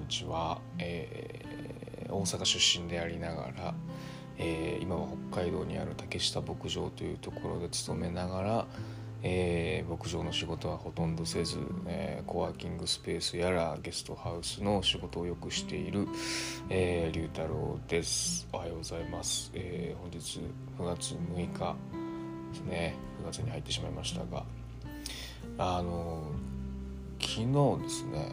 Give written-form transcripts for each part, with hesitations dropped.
ちは、大阪出身でありながら、今は北海道にある竹下牧場というところで勤めながら、牧場の仕事はほとんどせず、コワーキングスペースやらゲストハウスの仕事をよくしている、龍太郎です。おはようございます。本日9月6日ですね。9月に入ってしまいましたが、昨日ですね、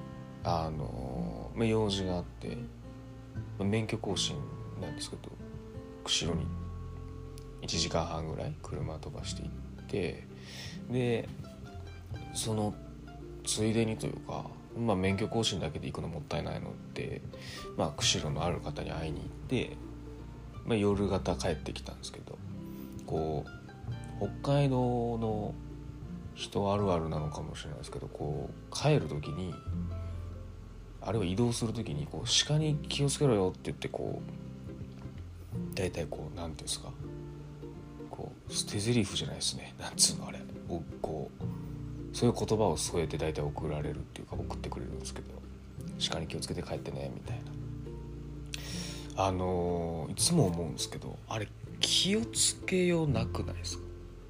用事があって、免許更新なんですけど、釧路に1時間半ぐらい車飛ばして行って、でそのついでにというか、免許更新だけで行くのもったいないので、釧路のある方に会いに行って、夜方帰ってきたんですけど、こう北海道の人あるあるなのかもしれないですけど、帰る時に、あるいは移動する時に鹿に気をつけろよって言って、大体なんていうんですか、捨て台詞じゃないですね、なんつうのあれをそういう言葉を添えて大体送られるっていうか、送ってくれるんですけど、鹿に気をつけて帰ってねみたいな、いつも思うんですけど、あれ気をつけようなくないですか？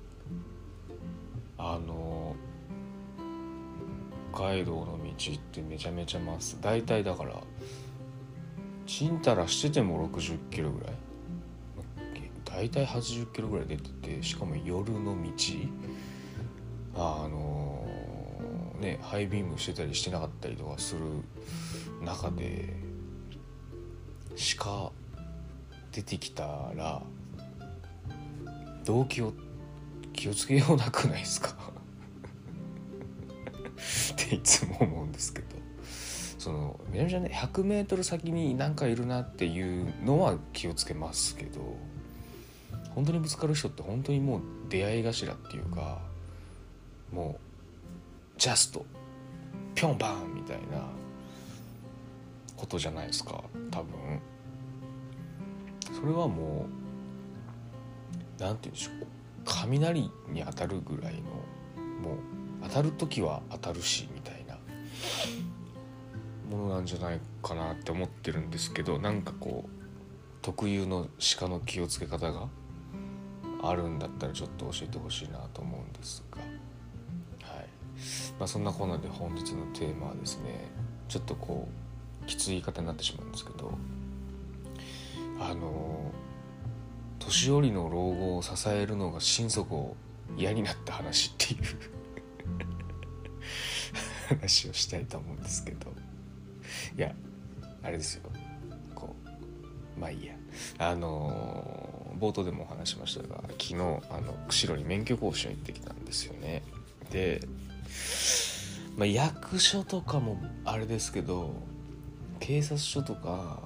北海道の道ってめちゃめちゃまっすぐ、大体だからちんたらしてても60キロぐらい、大体80キロぐらい出てて、しかも夜の道、ハイビームしてたりしてなかったりとかする中で、鹿出てきたらどう気をつけようなくないですかっていつも思うんですけど、めちゃめちゃね、100メートル先に何かいるなっていうのは気をつけますけど、本当にぶつかる人って本当にもう出会い頭っていうか、もうジャストピョンバンみたいなことじゃないですか、多分。それはもうなんて言うんでしょう、雷に当たるぐらいの、もう当たるときは当たるしみたいなものなんじゃないかなって思ってるんですけど、なんか特有の鹿の気をつけ方があるんだったらちょっと教えてほしいなと思うんですが、はい。そんなこんなで本日のテーマはですね、ちょっときつい言い方になってしまうんですけど、年寄りの老後を支えるのが心底嫌になった話っていう話をしたいと思うんですけど、いやあれですよ、いいや、冒頭でもお話しましたが、昨日釧路に免許更新行ってきたんですよね。で、役所とかもあれですけど、警察署とか、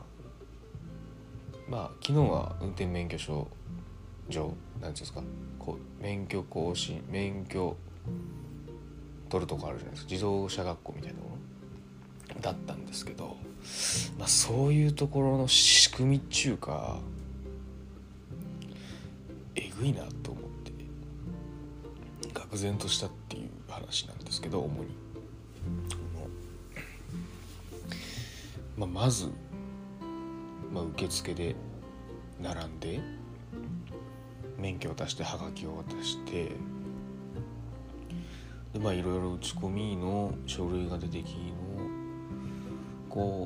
昨日は運転免許証上、なんていうんですか、免許更新、免許取るとこあるじゃないですか、自動車学校みたいなものだったんですけど、そういうところの仕組みっていうか、えぐいなと思って愕然としたっていう話なんですけど、主にまず、受付で並んで免許を出してはがきを渡して、でいろいろ打ち込みの書類が出てきの、こ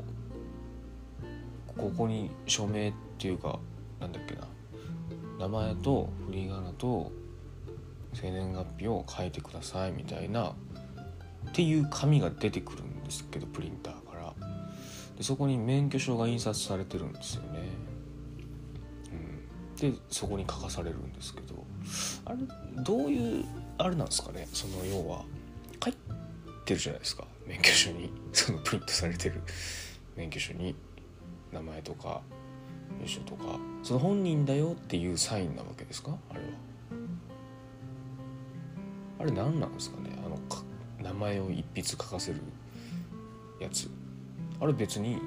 こに署名っていうか、なんだっけな、名前と振り仮名と生年月日を書いてくださいみたいなっていう紙が出てくるんですけど、プリンターからで、そこに免許証が印刷されてるんですよね。でそこに書かされるんですけど、あれどういうあれなんですかね、要は書いてるじゃないですか、免許証に、そのプリントされてる免許証に名前とか住所とか、その本人だよっていうサインなわけですか、あれは。あれ何なんですかね、名前を一筆書かせるやつ、あれ別に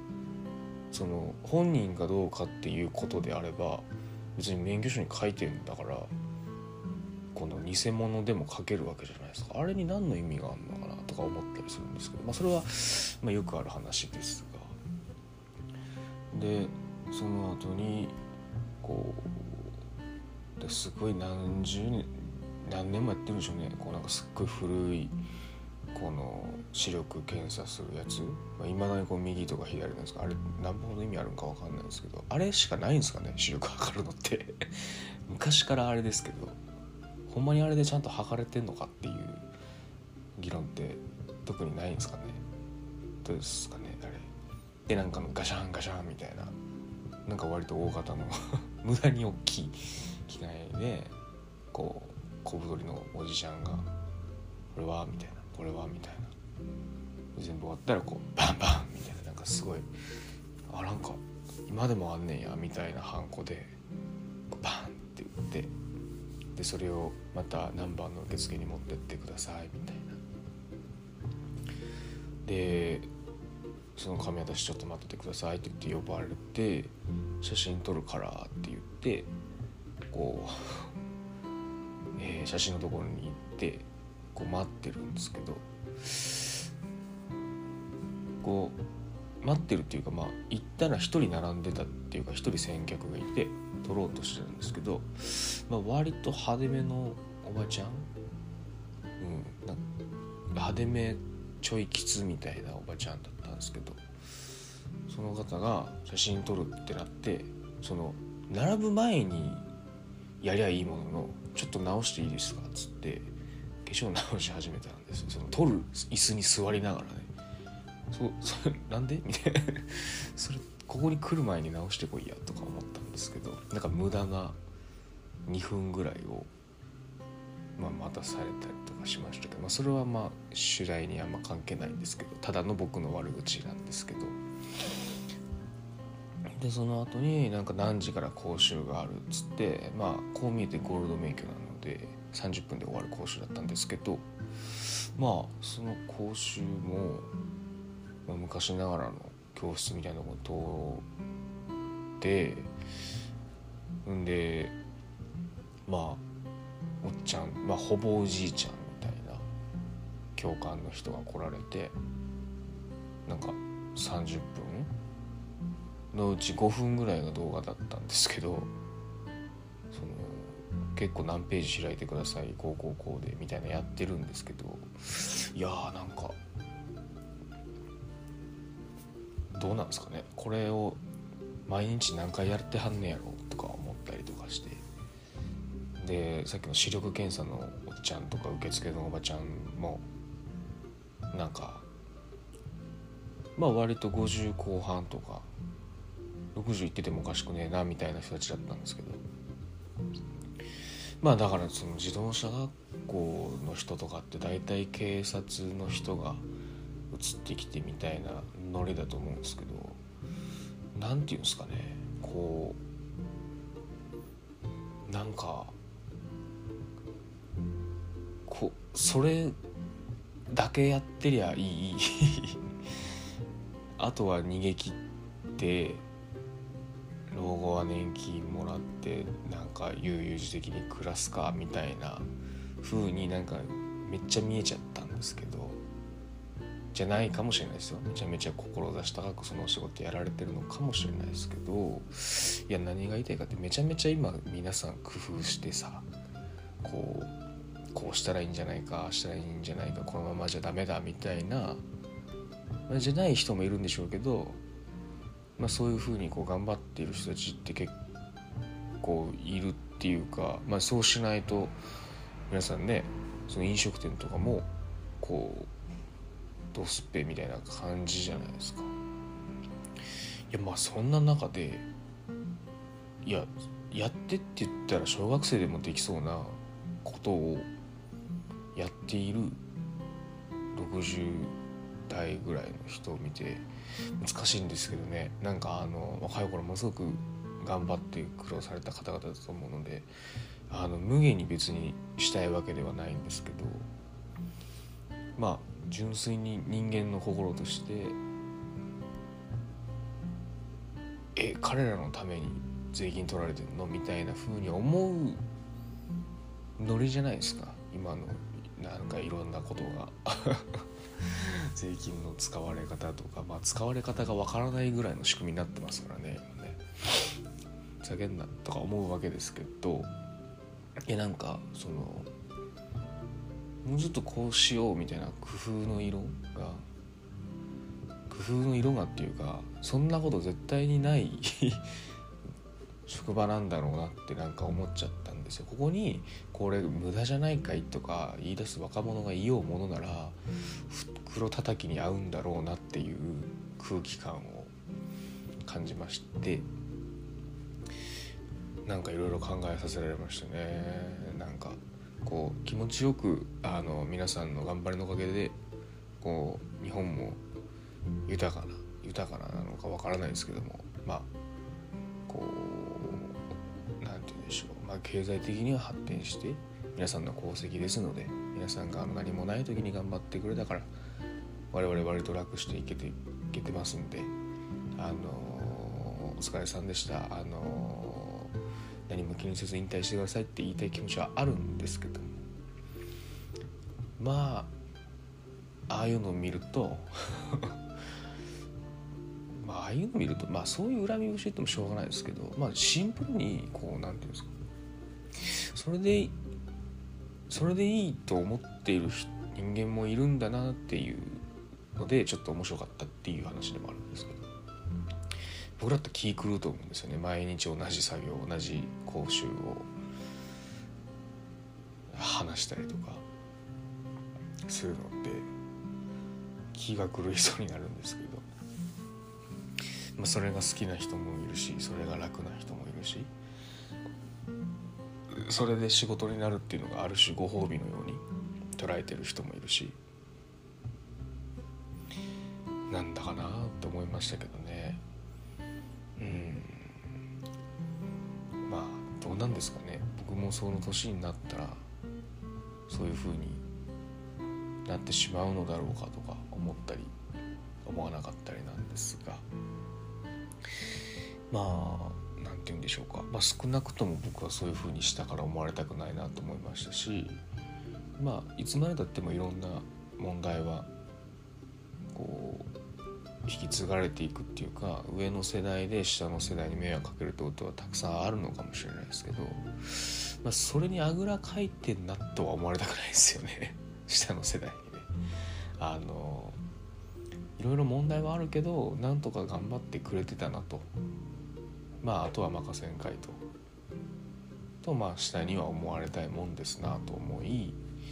本人かどうかっていうことであれば、別に免許証に書いてるんだからこの偽物でも書けるわけじゃないですか。あれに何の意味があるのかなとか思ったりするんですけど、それは、よくある話ですが、でその後にこうですごい何年もやってるんでしょうね。なんかすっごい古いこの視力検査するやつ、未だに右とか左なんですか、あれ何ほど意味あるんか分かんないんですけど、あれしかないんですかね、視力測るのって昔からあれですけど、ほんまにあれでちゃんと測れてんのかっていう議論って特にないんですかね。どうですかねあれで、なんかのガシャンガシャンみたいな、なんか割と大型の無駄に大きい機械で小太りのおじちゃんがこれはみたいな、これはみたいな、全部終わったらバンバンみたいな、なんかすごいなんか今でもあんねんやみたいなハンコでバンって打って、でそれをまた何番の受付に持ってってくださいみたいな。でその紙私ちょっと待っててくださいって言って呼ばれて、写真撮るからって言って写真のところに行って待ってるんですけど、待ってるっていうか、行ったら一人並んでたっていうか、一人先客がいて撮ろうとしてるんですけど、割と派手めのおばちゃん、派手めちょいきつみたいなおばちゃんだったんですけど、その方が写真撮るってなって、その並ぶ前にやりゃいいものの、ちょっと直していいですかっつって化粧直し始めたんですよ。その撮る椅子に座りながらね、それなんでみたいなそれここに来る前に直してこいやとか思ったんですけど、なんか無駄な2分ぐらいを待たされたりとかしましたけど、それは取材にあんま関係ないんですけど、ただの僕の悪口なんですけど、でその後になんか何時から講習があるっつって、こう見えてゴールド免許なので30分で終わる講習だったんですけど、その講習も、昔ながらの教室みたいなことで、おっちゃん、ほぼおじいちゃんみたいな教官の人が来られて、なんか30分のうち5分ぐらいが動画だったんですけど、結構何ページ開いてください、こうでみたいなやってるんですけど、いやーなんかどうなんですかね、これを毎日何回やってはんねやろとか思ったりとかして、でさっきの視力検査のおっちゃんとか受付のおばちゃんもなんか割と50後半とか60いっててもおかしくねえなみたいな人たちだったんですけど、だからその自動車学校の人とかって大体警察の人が移ってきてみたいなノリだと思うんですけど、なんていうんですかね、なんかそれだけやってりゃいいあとは逃げ切って老後は年金もらってなんか悠々自適に暮らすかみたいな風になんかめっちゃ見えちゃったんですけど、じゃないかもしれないですよ。めちゃめちゃ志高くそのお仕事やられてるのかもしれないですけど、いや何が言いたいかって、めちゃめちゃ今皆さん工夫してさ、こうしたらいいんじゃないか、したらいいんじゃないか、このままじゃダメだみたいな、じゃない人もいるんでしょうけど、そういう風に頑張っている人たちって結構いるっていうか、そうしないと皆さんね、その飲食店とかもどうすっぺみたいな感じじゃないですか。いやそんな中でやってって言ったら小学生でもできそうなことをやっている60代ぐらいの人を見て、難しいんですけどね、なんか若い頃ものすごく頑張って苦労された方々だと思うので、無限に別にしたいわけではないんですけど、純粋に人間の心として彼らのために税金取られてるのみたいな風に思うノリじゃないですか今のなんかいろんなことが税金の使われ方とか、使われ方がわからないぐらいの仕組みになってますからね今ね。ふざけんなとか思うわけですけど、なんかそのもうちょっとこうしようみたいな工夫の色がっていうか、そんなこと絶対にない職場なんだろうなってなんか思っちゃったんですよ。ここにこれ無駄じゃないかいとか言い出す若者がいようものなら袋叩きに合うんだろうなっていう空気感を感じまして、なんかいろいろ考えさせられましたね。なんかこう気持ちよく皆さんの頑張りのおかげでこう日本も豊かなのかわからないですけども、こうなんて言うんでしょう、経済的には発展して皆さんの功績ですので、皆さんが何もない時に頑張ってくれたから我々割と楽していけてますんで、お疲れさんでした、何も気にせず引退してくださいって言いたい気持ちはあるんですけども、ああいうのを見るとそういう恨み節言ってもしょうがないですけど、シンプルにこうなんていうんですか、それでいいと思っている人間もいるんだなっていうので、ちょっと面白かったっていう話でもあるんですけど、僕だって気狂うと思うんですよね。毎日同じ作業同じ講習を話したりとかするのって気が狂いそうになるんですけど、それが好きな人もいるし、それが楽な人もいるし、それで仕事になるっていうのがある種ご褒美のように捉えてる人もいるし、なんだかなって思いましたけどね。どうなんですかね。僕もその年になったらそういう風になってしまうのだろうかとか思ったり思わなかったりなんですが、なんて言うんでしょうか、少なくとも僕はそういう風にしたから思われたくないなと思いましたし、いつまでたってもいろんな問題はこう引き継がれていくっていうか、上の世代で下の世代に迷惑かけるってことはたくさんあるのかもしれないですけど、それにあぐらかいてんなとは思われたくないですよね下の世代にね。いろいろ問題はあるけどなんとか頑張ってくれてたなと、あとは任せんかいと下には思われたいもんですなと思い、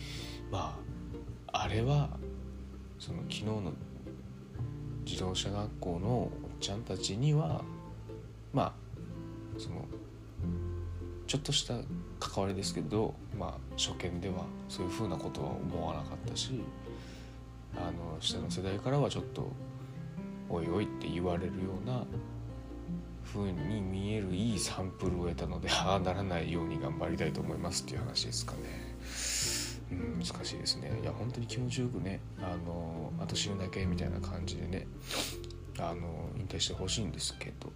あれはその昨日の自動車学校のおっちゃんたちにはそのちょっとした関わりですけど、初見ではそういうふうなことは思わなかったし、下の世代からはちょっとおいおいって言われるような風に見えるいいサンプルを得たので、ああならないように頑張りたいと思いますっていう話ですかね。難しいですね。いや本当に気持ちよくね、あと死ぬだけみたいな感じでね、引退してほしいんですけど、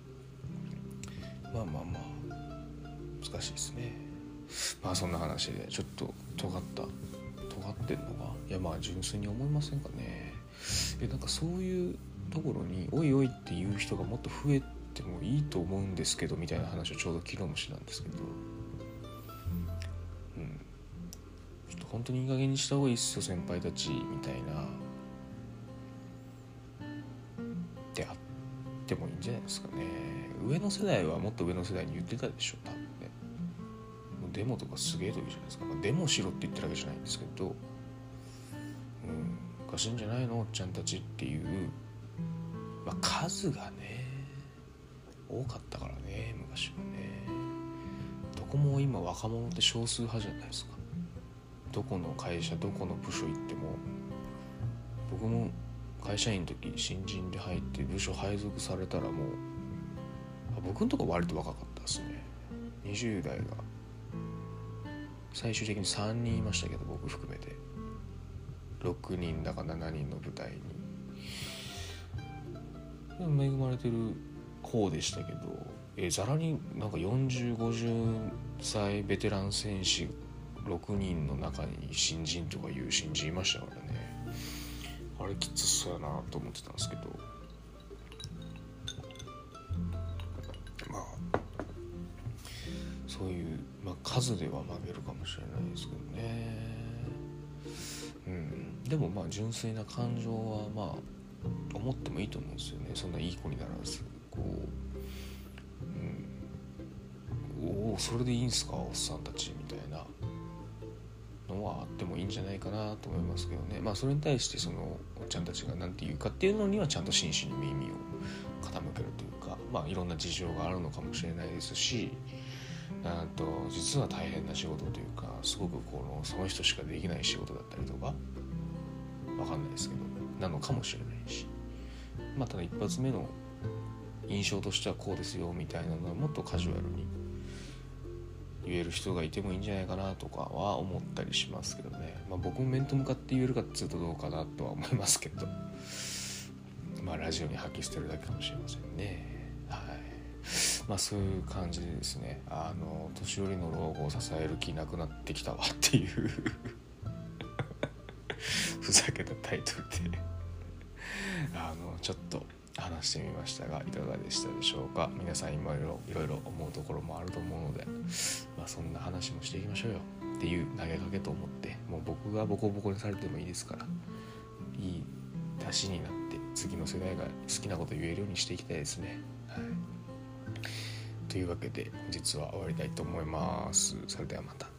難しいですね。そんな話でちょっと尖ってるのが純粋に思いませんかね。なんかそういうところにおいおいっていう人がもっと増えてもいいと思うんですけどみたいな話をちょうど昨日もしたんですけど、ちょっと本当にいい加減にした方がいいっすよ先輩たちみたいなであってもいいんじゃないですかね。上の世代はもっと上の世代に言ってたでしょ多分ね。もうデモとかすげえというじゃないですか。デモしろって言ってるわけじゃないんですけど、おかしいんじゃないのおっちゃんたちっていう、数がね多かったからね昔はね。どこも今若者って少数派じゃないですか。どこの会社どこの部署行っても、僕も会社員の時新人で入って部署配属されたらもう僕のとこ割と若かったですね。20代が最終的に3人いましたけど、僕含めて6人だか7人の部隊に恵まれてる方でしたけど、ざらになんか40、50歳ベテラン戦士 6人の中に新人とかいう新人いましたからね。あれきつそうやなと思ってたんですけど、まあそういう、数では負けるかもしれないですけどね。でも純粋な感情は思ってもいいと思うんですよね。そんないい子にならずおおそれでいいんすかおっさんたちみたいなのはあってもいいんじゃないかなと思いますけどね。それに対してそのおっちゃんたちが何て言うかっていうのにはちゃんと真摯に耳を傾けるというか、いろんな事情があるのかもしれないですし、実は大変な仕事というか、すごくその人しかできない仕事だったりとかわかんないですけどなのかもしれないし、ただ一発目の印象としてはこうですよみたいなのはもっとカジュアルに言える人がいてもいいんじゃないかなとかは思ったりしますけどね。僕も面と向かって言えるかっていうとどうかなとは思いますけど、ラジオに吐き捨てるだけかもしれませんね。はい。そういう感じでですね、年寄りの老後を支える気なくなってきたわっていうふざけたタイトルでちょっと話してみましたがいかがでしたでしょうか。皆さん今いろいろ思うところもあると思うので、そんな話もしていきましょうよっていう投げかけと思って、もう僕がボコボコにされてもいいですから、いい出しになって次の世代が好きなこと言えるようにしていきたいですね。はい。というわけで本日は終わりたいと思います。それではまた。